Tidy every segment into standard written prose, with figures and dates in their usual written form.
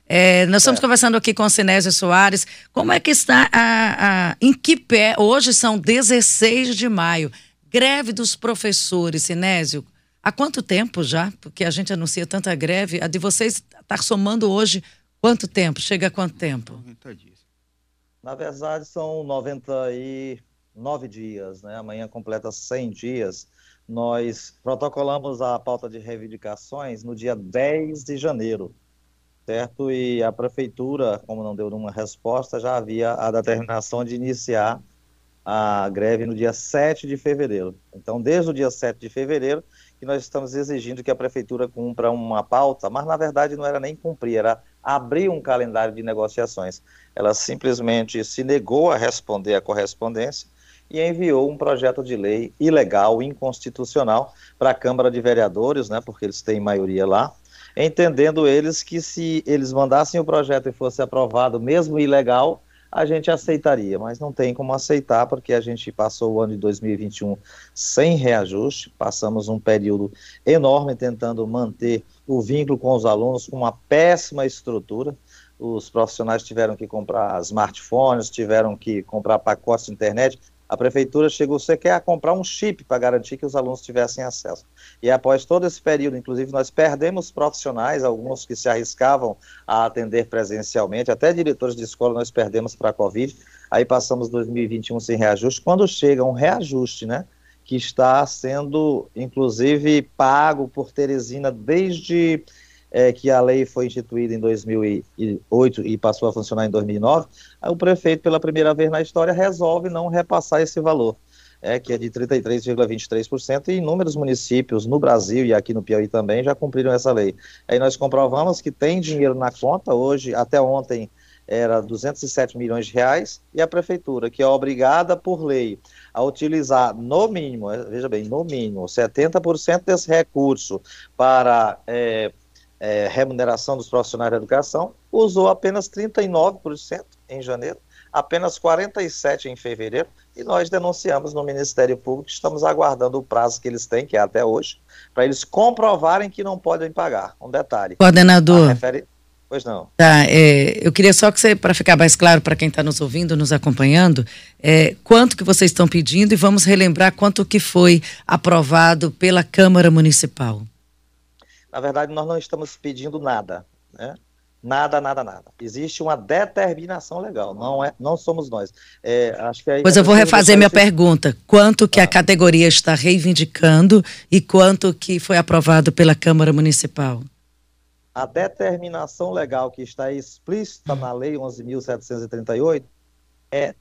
Nós estamos conversando aqui com o Sinésio Soares. Como é que está, em que pé, hoje são 16 de maio, greve dos professores, Sinésio, há quanto tempo já? Porque a gente anuncia tanta greve, a de vocês está somando hoje quanto tempo? Chega a quanto tempo? 90 dias. Na verdade, são 99 dias, né? Amanhã completa 100 dias. Nós protocolamos a pauta de reivindicações no dia 10 de janeiro, certo? E a prefeitura, como não deu nenhuma resposta, já havia a determinação de iniciar a greve no dia 7 de fevereiro. Então, desde o dia 7 de fevereiro, que nós estamos exigindo que a prefeitura cumpra uma pauta, mas na verdade não era nem cumprir, era abrir um calendário de negociações. Ela simplesmente se negou a responder a correspondência e enviou um projeto de lei ilegal, inconstitucional, para a Câmara de Vereadores, né, porque eles têm maioria lá, entendendo eles que se eles mandassem o projeto e fosse aprovado, mesmo ilegal, a gente aceitaria, mas não tem como aceitar, porque a gente passou o ano de 2021 sem reajuste, passamos um período enorme tentando manter o vínculo com os alunos, com uma péssima estrutura. Os profissionais tiveram que comprar smartphones, tiveram que comprar pacotes de internet. A prefeitura chegou sequer a comprar um chip para garantir que os alunos tivessem acesso. E após todo esse período, inclusive, nós perdemos profissionais, alguns que se arriscavam a atender presencialmente, até diretores de escola nós perdemos para a Covid. Aí passamos 2021 sem reajuste. Quando chega um reajuste, né, que está sendo, inclusive, pago por Teresina desde que a lei foi instituída em 2008 e passou a funcionar em 2009, o prefeito, pela primeira vez na história, resolve não repassar esse valor, que é de 33,23%, e inúmeros municípios no Brasil e aqui no Piauí também já cumpriram essa lei. Aí nós comprovamos que tem dinheiro na conta, hoje, até ontem, era 207 milhões de reais, e a prefeitura, que é obrigada por lei a utilizar, no mínimo, veja bem, no mínimo, 70% desse recurso para remuneração dos profissionais da educação, usou apenas 39% em janeiro, apenas 47% em fevereiro, e nós denunciamos no Ministério Público, estamos aguardando o prazo que eles têm, que é até hoje, para eles comprovarem que não podem pagar. Um detalhe. Coordenador. Pois não. Tá, eu queria só que você, para ficar mais claro para quem está nos ouvindo, nos acompanhando, quanto que vocês estão pedindo, e vamos relembrar quanto que foi aprovado pela Câmara Municipal. Na verdade, nós não estamos pedindo nada, né? Nada. Existe uma determinação legal, não somos nós. Acho que pois eu vou refazer minha pergunta. Quanto que a categoria está reivindicando e quanto que foi aprovado pela Câmara Municipal? A determinação legal que está explícita na Lei 11.738 é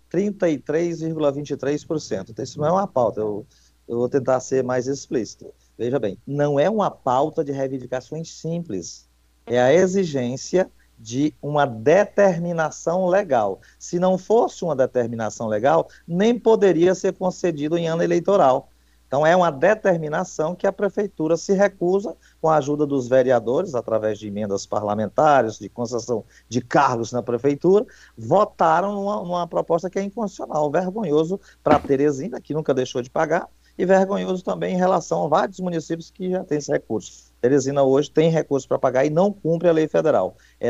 33,23%. Então, isso não é uma pauta, eu vou tentar ser mais explícito. Veja bem, não é uma pauta de reivindicações simples, é a exigência de uma determinação legal. Se não fosse uma determinação legal, nem poderia ser concedido em ano eleitoral. Então é uma determinação que a prefeitura se recusa, com a ajuda dos vereadores, através de emendas parlamentares, de concessão de cargos na prefeitura, votaram numa proposta que é inconstitucional, vergonhoso para Teresina, que nunca deixou de pagar, e vergonhoso também em relação a vários municípios que já têm esse recurso. Teresina hoje tem recurso para pagar e não cumpre a lei federal. É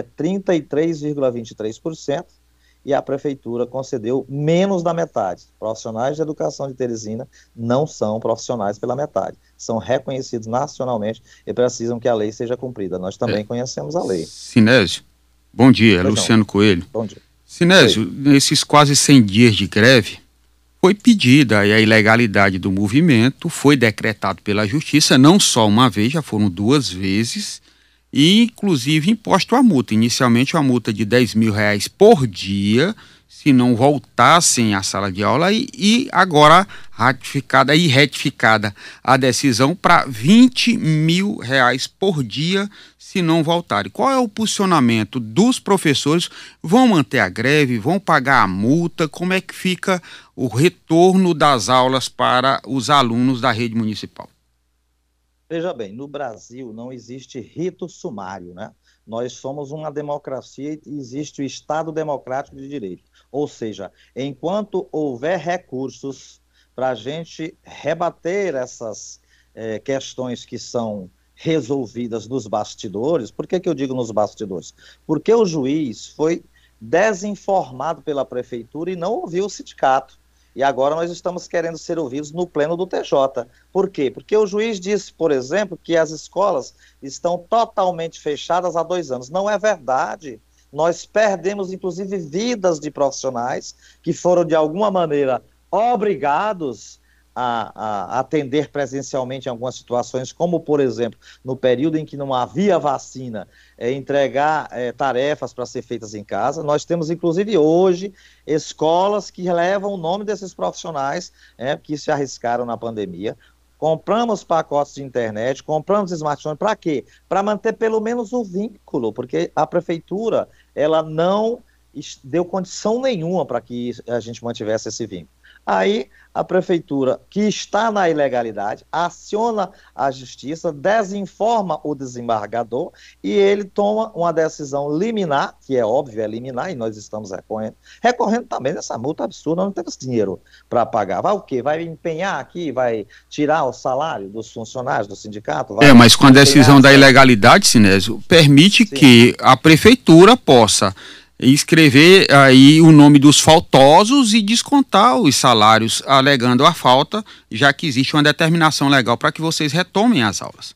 33,23%, e a prefeitura concedeu menos da metade. Profissionais de educação de Teresina não são profissionais pela metade. São reconhecidos nacionalmente e precisam que a lei seja cumprida. Nós também conhecemos a lei. Sinésio, bom dia. Luciano Coelho. Bom dia. Sinésio, nesses quase 100 dias de greve, foi pedida a ilegalidade do movimento, foi decretado pela Justiça, não só uma vez, já foram 2 vezes, e inclusive imposto a multa. Inicialmente uma multa de R$10 mil por dia, se não voltassem à sala de aula, e agora ratificada e retificada a decisão para R$20 mil por dia, se não voltarem. Qual é o posicionamento dos professores? Vão manter a greve? Vão pagar a multa? Como é que fica o retorno das aulas para os alunos da rede municipal? Veja bem, no Brasil não existe rito sumário, né? Nós somos uma democracia e existe o Estado Democrático de Direito. Ou seja, enquanto houver recursos para a gente rebater essas questões que são resolvidas nos bastidores. Por que eu digo nos bastidores? Porque o juiz foi desinformado pela prefeitura e não ouviu o sindicato. E agora nós estamos querendo ser ouvidos no pleno do TJ. Por quê? Porque o juiz disse, por exemplo, que as escolas estão totalmente fechadas há 2 anos. Não é verdade. Nós perdemos, inclusive, vidas de profissionais que foram, de alguma maneira, obrigados a atender presencialmente em algumas situações, como, por exemplo, no período em que não havia vacina, entregar tarefas para ser feitas em casa. Nós temos, inclusive, hoje, escolas que levam o nome desses profissionais que se arriscaram na pandemia. Compramos pacotes de internet, compramos smartphones, para quê? Para manter pelo menos o vínculo, porque a prefeitura ela não deu condição nenhuma para que a gente mantivesse esse vínculo. Aí a prefeitura, que está na ilegalidade, aciona a justiça, desinforma o desembargador e ele toma uma decisão liminar, que é óbvio, é liminar, e nós estamos recorrendo também dessa multa absurda, não temos dinheiro para pagar. Vai o quê? Vai empenhar aqui, vai tirar o salário dos funcionários do sindicato? Mas com a decisão da ilegalidade, Sinésio, permite que a prefeitura possa escrever aí o nome dos faltosos e descontar os salários alegando a falta, já que existe uma determinação legal para que vocês retomem as aulas.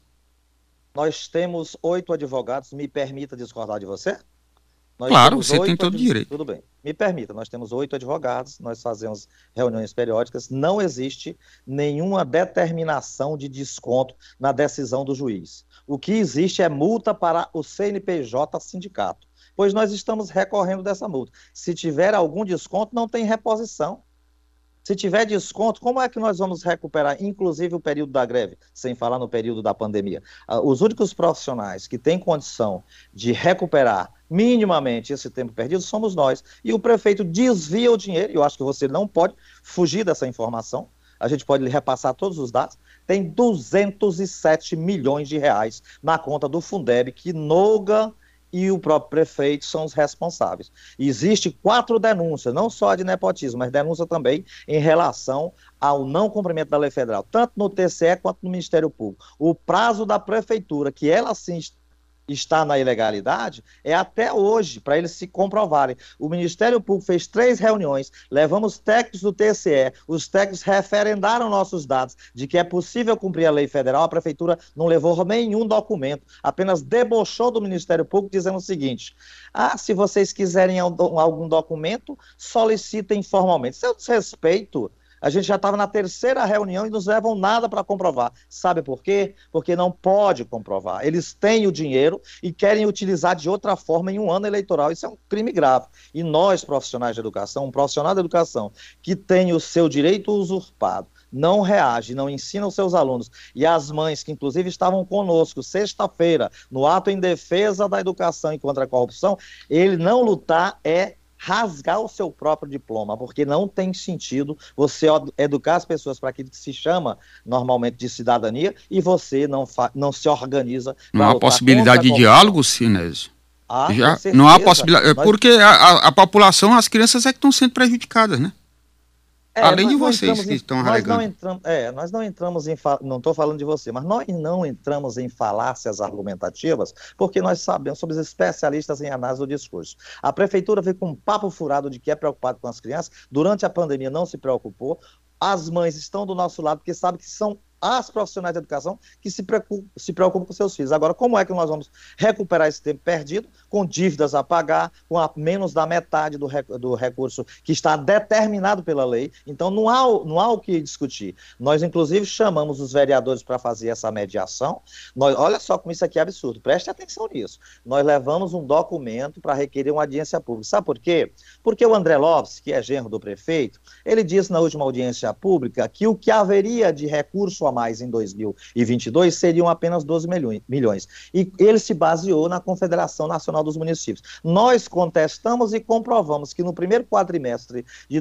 Nós temos 8 advogados, me permita discordar de você? Claro, você tem todo o direito. Tudo bem, me permita, nós temos 8 advogados, nós fazemos reuniões periódicas, não existe nenhuma determinação de desconto na decisão do juiz. O que existe é multa para o CNPJ sindicato, pois nós estamos recorrendo dessa multa. Se tiver algum desconto, não tem reposição. Se tiver desconto, como é que nós vamos recuperar, inclusive o período da greve, sem falar no período da pandemia? Os únicos profissionais que têm condição de recuperar minimamente esse tempo perdido somos nós. E o prefeito desvia o dinheiro, e eu acho que você não pode fugir dessa informação, a gente pode lhe repassar todos os dados, tem 207 milhões de reais na conta do Fundeb, que Noga e o próprio prefeito são os responsáveis. Existem 4 denúncias, não só de nepotismo, mas denúncia também em relação ao não cumprimento da lei federal, tanto no TCE quanto no Ministério Público. O prazo da prefeitura, que ela sim está na ilegalidade, é até hoje, para eles se comprovarem. O Ministério Público fez 3 reuniões, levamos técnicos do TCE, os técnicos referendaram nossos dados de que é possível cumprir a lei federal, a prefeitura não levou nenhum documento, apenas debochou do Ministério Público dizendo o seguinte: se vocês quiserem algum documento, solicitem formalmente. Isso é um desrespeito. A gente já estava na 3ª reunião e não levam nada para comprovar. Sabe por quê? Porque não pode comprovar. Eles têm o dinheiro e querem utilizar de outra forma em um ano eleitoral. Isso é um crime grave. E nós, profissionais de educação, um profissional da educação que tem o seu direito usurpado, não reage, não ensina os seus alunos, e as mães que inclusive estavam conosco sexta-feira no ato em defesa da educação e contra a corrupção, ele não lutar rasgar o seu próprio diploma, porque não tem sentido você educar as pessoas para aquilo que se chama normalmente de cidadania e você não se organiza. Não há possibilidade de diálogo, Sinésio? Já não há possibilidade, porque a população, as crianças é que estão sendo prejudicadas, né? Além de vocês que estão alegando. Nós não entramos não estou falando de você, mas nós não entramos em falácias argumentativas, porque nós sabemos, somos especialistas em análise do discurso. A prefeitura veio com um papo furado de que é preocupado com as crianças, durante a pandemia não se preocupou, as mães estão do nosso lado, porque sabem que são as profissionais de educação que se preocupam com seus filhos. Agora, como é que nós vamos recuperar esse tempo perdido, com dívidas a pagar, com menos da metade do recurso que está determinado pela lei? Então, não há o que discutir. Nós, inclusive, chamamos os vereadores para fazer essa mediação. Olha só como isso aqui é absurdo, preste atenção nisso. Nós levamos um documento para requerer uma audiência pública. Sabe por quê? Porque o André Lopes, que é genro do prefeito, ele disse na última audiência pública que o que haveria de recurso a mais em 2022 seriam apenas 12 milhões. E ele se baseou na Confederação Nacional dos Municípios. Nós contestamos e comprovamos que no primeiro quadrimestre de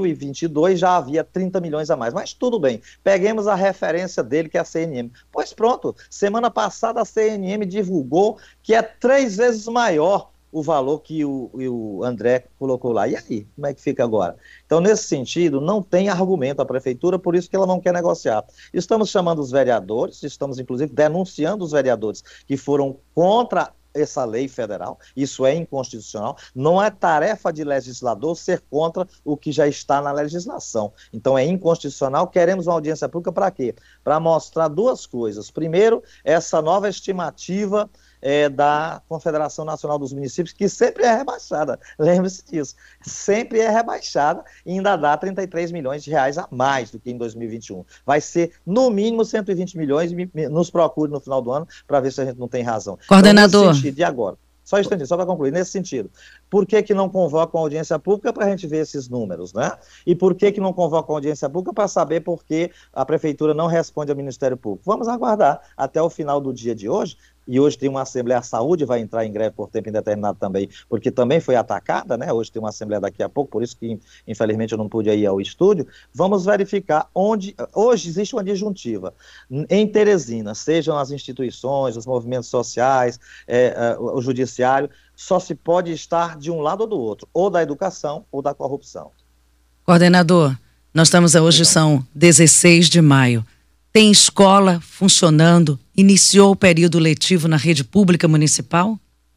2022 já havia 30 milhões a mais. Mas tudo bem, peguemos a referência dele, que é a CNM. Pois pronto, semana passada a CNM divulgou que é 3 vezes maior o valor que o André colocou lá. E aí, como é que fica agora? Então, nesse sentido, não tem argumento a prefeitura, por isso que ela não quer negociar. Estamos chamando os vereadores, estamos inclusive denunciando os vereadores que foram contra essa lei federal, isso é inconstitucional, não é tarefa de legislador ser contra o que já está na legislação. Então é inconstitucional, queremos uma audiência pública para quê? Para mostrar duas coisas. Primeiro, essa nova estimativa da Confederação Nacional dos Municípios, que sempre é rebaixada, lembre-se disso, sempre é rebaixada e ainda dá 33 milhões de reais a mais do que em 2021. Vai ser, no mínimo, 120 milhões, nos procure no final do ano para ver se a gente não tem razão. Coordenador. Então, nesse sentido, e agora? Só instantinho, só para concluir, nesse sentido, por que não convoca uma audiência pública para a gente ver esses números, né? E por que não convoca uma audiência pública para saber por que a Prefeitura não responde ao Ministério Público? Vamos aguardar até o final do dia de hoje, e hoje tem uma Assembleia, a Saúde vai entrar em greve por tempo indeterminado também, porque também foi atacada, né? Hoje tem uma Assembleia daqui a pouco, por isso que, infelizmente, eu não pude ir ao estúdio. Vamos verificar onde... Hoje existe uma disjuntiva. Em Teresina, sejam as instituições, os movimentos sociais, o judiciário, só se pode estar de um lado ou do outro, ou da educação ou da corrupção. Coordenador, nós estamos hoje, são 16 de maio. Tem escola funcionando? Iniciou o período letivo na rede pública municipal?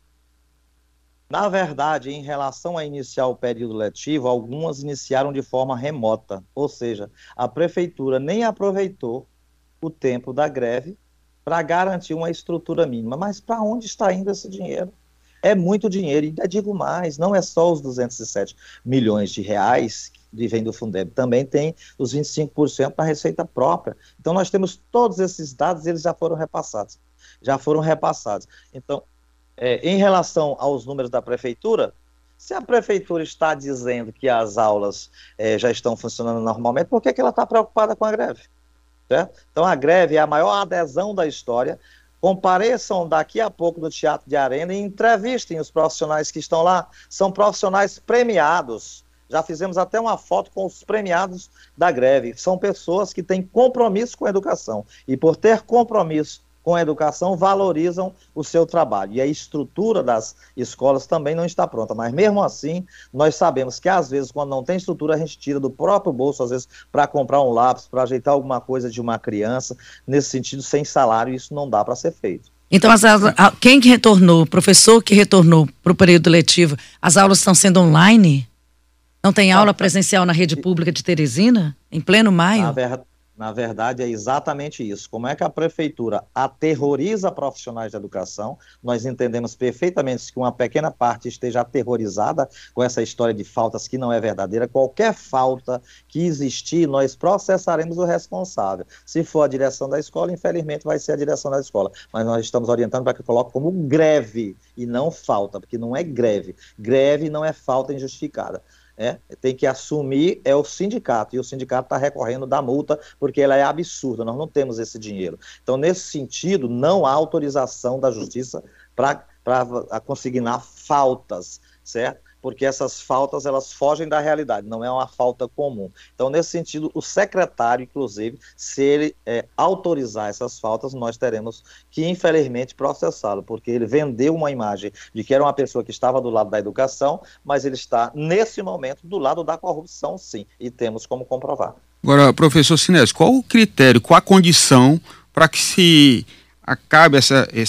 Na verdade, em relação a iniciar o período letivo, algumas iniciaram de forma remota, ou seja, a prefeitura nem aproveitou o tempo da greve para garantir uma estrutura mínima. Mas para onde está indo esse dinheiro? É muito dinheiro, e ainda digo mais, não é só os 207 milhões de reais que vem do Fundeb, também tem os 25% na receita própria. Então nós temos todos esses dados, eles já foram repassados. Então, em relação aos números da prefeitura, se a prefeitura está dizendo que as aulas já estão funcionando normalmente, por que ela está preocupada com a greve? Certo? Então a greve é a maior adesão da história. Compareçam daqui a pouco no Teatro de Arena e entrevistem os profissionais que estão lá. São profissionais premiados. Já fizemos até uma foto com os premiados da greve. São pessoas que têm compromisso com a educação. E por ter compromisso com a educação, valorizam o seu trabalho. E a estrutura das escolas também não está pronta. Mas mesmo assim, nós sabemos que às vezes, quando não tem estrutura, a gente tira do próprio bolso, às vezes, para comprar um lápis, para ajeitar alguma coisa de uma criança. Nesse sentido, sem salário, isso não dá para ser feito. Então, quem que retornou, o professor que retornou para o período letivo, as aulas estão sendo online? Não tem aula presencial na rede pública de Teresina, em pleno maio? Na verdade, é exatamente isso. Como é que a prefeitura aterroriza profissionais da educação? Nós entendemos perfeitamente que uma pequena parte esteja aterrorizada com essa história de faltas que não é verdadeira. Qualquer falta que existir, nós processaremos o responsável. Se for a direção da escola, infelizmente vai ser a direção da escola. Mas nós estamos orientando para que coloque como greve e não falta, porque não é greve. Greve não é falta injustificada. Tem que assumir o sindicato, e o sindicato está recorrendo da multa porque ela é absurda, nós não temos esse dinheiro. Então, nesse sentido, não há autorização da justiça para consignar faltas, certo? Porque essas faltas, elas fogem da realidade, não é uma falta comum. Então, nesse sentido, o secretário, inclusive, se ele autorizar essas faltas, nós teremos que, infelizmente, processá-lo, porque ele vendeu uma imagem de que era uma pessoa que estava do lado da educação, mas ele está, nesse momento, do lado da corrupção, sim, e temos como comprovar. Agora, professor Sinésio, qual o critério, qual a condição para que se acabe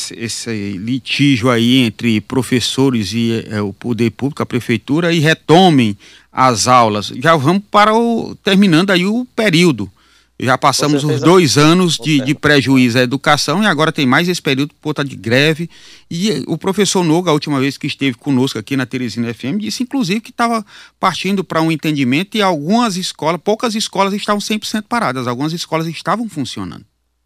esse litígio aí entre professores e o poder público, a prefeitura, e retomem as aulas? Já vamos para terminando aí o período. Já passamos os 2 anos de prejuízo à educação e agora tem mais esse período por conta de greve. E o professor Noga, a última vez que esteve conosco aqui na Teresina FM, disse inclusive que estava partindo para um entendimento e algumas escolas, poucas escolas estavam 100% paradas, algumas escolas estavam funcionando.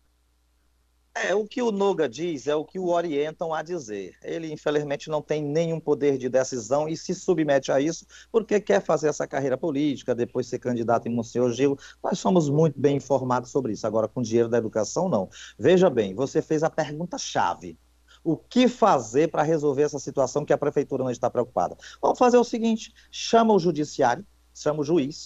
O que o Noga diz é o que o orientam a dizer. Ele, infelizmente, não tem nenhum poder de decisão e se submete a isso porque quer fazer essa carreira política, depois ser candidato em Monsenhor Gil. Nós somos muito bem informados sobre isso. Agora, com dinheiro da educação, não. Veja bem, você fez a pergunta-chave. O que fazer para resolver essa situação que a prefeitura não está preocupada? Vamos fazer o seguinte, chama o judiciário, chama o juiz,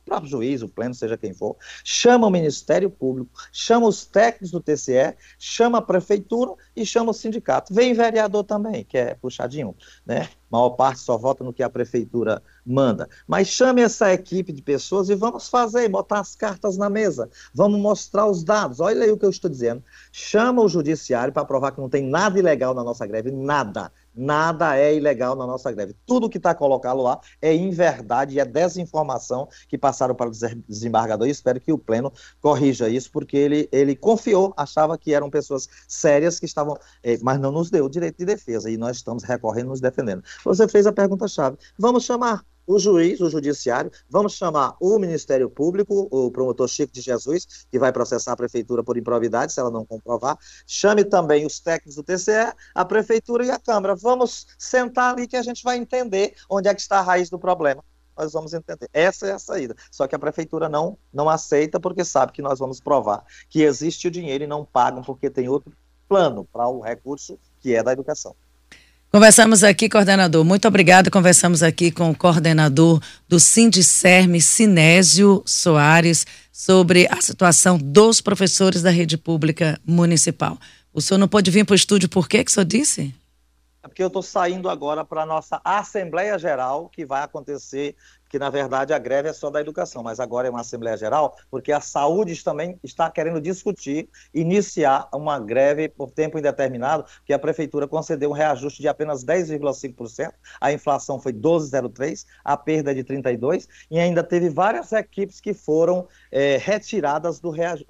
próprio juiz, o pleno, seja quem for, chama o Ministério Público, chama os técnicos do TCE, chama a prefeitura e chama o sindicato. Vem vereador também, que é puxadinho, né? A maior parte só vota no que a prefeitura manda. Mas chame essa equipe de pessoas e vamos fazer, botar as cartas na mesa. Vamos mostrar os dados. Olha aí o que eu estou dizendo. Chama o judiciário para provar que não tem nada ilegal na nossa greve. Nada. Nada é ilegal na nossa greve. Tudo que está colocado lá é inverdade e é desinformação que passaram para o desembargador. E espero que o pleno corrija isso, porque ele confiou, achava que eram pessoas sérias que estavam, mas não nos deu o direito de defesa. E nós estamos recorrendo, nos defendendo. Você fez a pergunta-chave. Vamos chamar o juiz, o judiciário, vamos chamar o Ministério Público, o promotor Chico de Jesus, que vai processar a prefeitura por improvidade, se ela não comprovar. Chame também os técnicos do TCE, a prefeitura e a Câmara. Vamos sentar ali que a gente vai entender onde é que está a raiz do problema. Nós vamos entender. Essa é a saída. Só que a prefeitura não aceita, porque sabe que nós vamos provar que existe o dinheiro e não pagam porque tem outro plano para o recurso, que é da educação. Conversamos aqui, coordenador, muito obrigado. Conversamos aqui com o coordenador do Sindicerme, Sinésio Soares, sobre a situação dos professores da rede pública municipal. O senhor não pôde vir para o estúdio, por quê que o senhor disse? É porque eu estou saindo agora para a nossa Assembleia Geral, que vai acontecer, que na verdade a greve é só da educação, mas agora é uma Assembleia Geral, porque a saúde também está querendo discutir, iniciar uma greve por tempo indeterminado, que a Prefeitura concedeu um reajuste de apenas 10,5%, a inflação foi 12,03%, a perda é de 32%, e ainda teve várias equipes que foram retiradas do reajuste,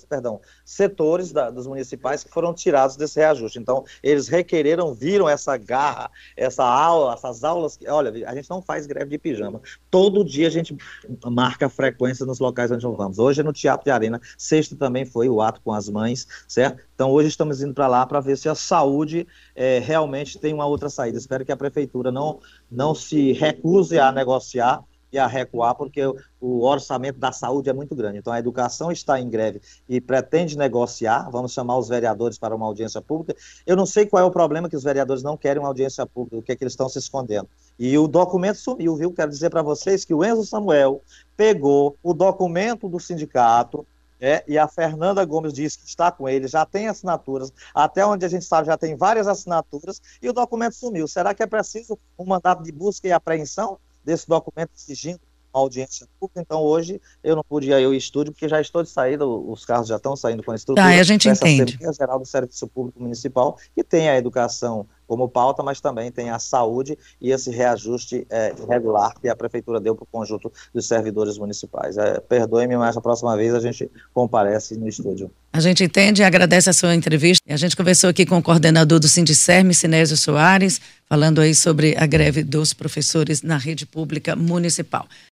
setores dos municipais que foram tirados desse reajuste. Então, eles requereram, viram essa garra, essas aulas, olha, a gente não faz greve de pijama. Todo dia a gente marca a frequência nos locais onde nós vamos. Hoje é no Teatro de Arena, sexta também foi o ato com as mães, certo? Então hoje estamos indo para lá para ver se a saúde realmente tem uma outra saída. Espero que a prefeitura não se recuse a negociar e a recuar, porque o orçamento da saúde é muito grande. Então a educação está em greve e pretende negociar. Vamos chamar os vereadores para uma audiência pública. Eu não sei qual é o problema que os vereadores não querem uma audiência pública, o que é que eles estão se escondendo. E o documento sumiu, viu? Quero dizer para vocês que o Enzo Samuel pegou o documento do sindicato, e a Fernanda Gomes disse que está com ele, já tem assinaturas, até onde a gente sabe já tem várias assinaturas, e o documento sumiu. Será que é preciso um mandato de busca e apreensão desse documento exigindo uma audiência pública? Então hoje eu não pude ir ao estúdio, porque já estou de saída, os carros já estão saindo com a estrutura. A gente entende. Assembleia Geral do Serviço Público Municipal, que tem a educação como pauta, mas também tem a saúde e esse reajuste irregular que a Prefeitura deu para o conjunto dos servidores municipais. Perdoe-me, mas a próxima vez a gente comparece no estúdio. A gente entende e agradece a sua entrevista. A gente conversou aqui com o coordenador do Sindicerme, Sinésio Soares, falando aí sobre a greve dos professores na rede pública municipal.